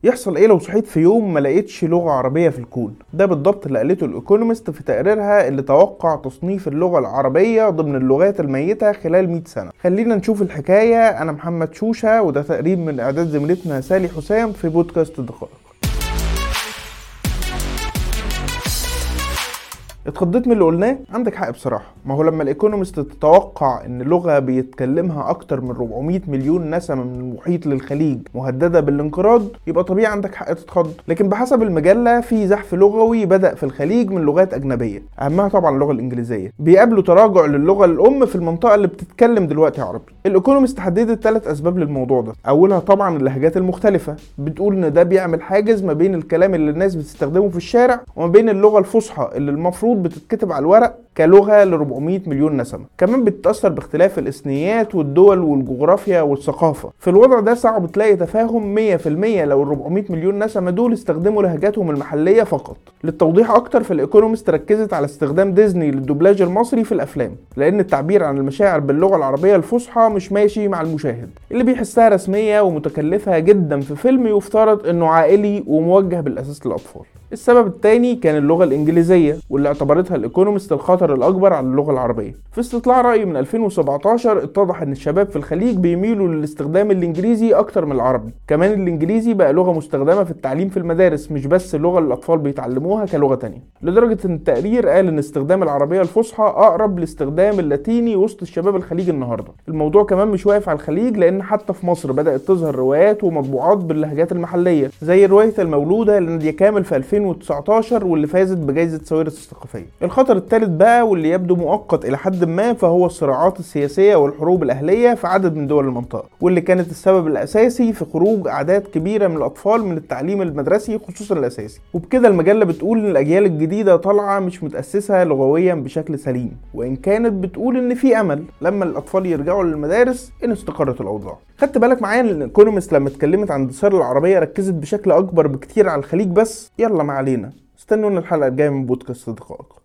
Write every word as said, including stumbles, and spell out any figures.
يحصل ايه لو صحيت في يوم ما لقيتش لغة عربية في الكون؟ ده بالضبط اللي قالته الايكونومست في تقريرها اللي توقع تصنيف اللغة العربية ضمن اللغات الميتة خلال مئة سنة. خلينا نشوف الحكاية. انا محمد شوشة وده تقريب من اعداد زميلتنا سالي حسام في بودكاست دقائق. اتخضيت من اللي قلناه؟ عندك حق بصراحة. ما هو لما الايكونومست تتوقع ان لغة بيتكلمها اكتر من أربعمئة مليون نسمة من المحيط للخليج مهددة بالانقراض، يبقى طبيعي عندك حق تتخض. لكن بحسب المجلة في زحف لغوي بدأ في الخليج من لغات اجنبية، اهمها طبعا اللغة الانجليزية، بيقابلوا تراجع للغة الام في المنطقة اللي بتتكلم دلوقتي عربي. الايكونومست حددت ثلاث اسباب للموضوع ده. اولها طبعا اللهجات المختلفة، بتقول ان ده بيعمل حاجز ما بين الكلام اللي الناس بتستخدمه في الشارع وما بين اللغة الفصحى اللي المفروض بتتكتب على الورق كلغة ل أربعمئة مليون نسمة. كمان بتتأثر باختلاف الإثنيات والدول والجغرافيا والثقافة. في الوضع ده صعب تلاقي تفاهم مية في المية لو ال أربعمئة مليون نسمة دول استخدموا لهجاتهم المحلية فقط. للتوضيح أكتر، في الإيكونومست ركزت على استخدام ديزني للدوبلاج المصري في الأفلام، لأن التعبير عن المشاعر باللغة العربية الفصحى مش ماشي مع المشاهد اللي بيحسها رسمية ومتكلفة جدا في فيلم يفترض إنه عائلي وموجه بالأساس للأطفال. السبب الثاني كان اللغة الإنجليزية، واللي اعتبرتها الإيكونومست الخطر الأكبر على اللغة العربية. في استطلاع رأي من ألفين وسبعتاشر اتضح إن الشباب في الخليج بيميلوا للاستخدام الإنجليزي أكتر من العربي. كمان الإنجليزي بقى لغة مستخدمة في التعليم في المدارس، مش بس اللغة اللي الأطفال بيتعلموها كلغة تانية، لدرجة إن التقرير قال إن استخدام العربية الفصحى أقرب لاستخدام اللاتيني وسط الشباب الخليج النهاردة. الموضوع كمان مش واقف على الخليج، لأن حتى في مصر بدأت تظهر روايات ومطبوعات باللهجات المحلية، زي رواية المولودة لنادية كامل في ألفين وتسعتاشر واللي فازت بجائزة ساويرس الثقافية. الخطر الثالث بقى واللي يبدو مؤقت إلى حد ما فهو الصراعات السياسية والحروب الأهلية في عدد من دول المنطقة، واللي كانت السبب الأساسي في خروج أعداد كبيرة من الأطفال من التعليم المدرسي خصوصا الأساسي. وبكده المجلة بتقول إن الأجيال الجديدة طالعة مش متأسسة لغويا بشكل سليم، وإن كانت بتقول إن في أمل لما الأطفال يرجعوا للمدارس إن استقرت الأوضاع. خدت بالك معايا إن الإيكونومست لما اتكلمت عن اندثار العربية ركزت بشكل أكبر بكتير على الخليج بس؟ يلا ما علينا، استنونا الحلقة الجاية من بودكاست دقائق.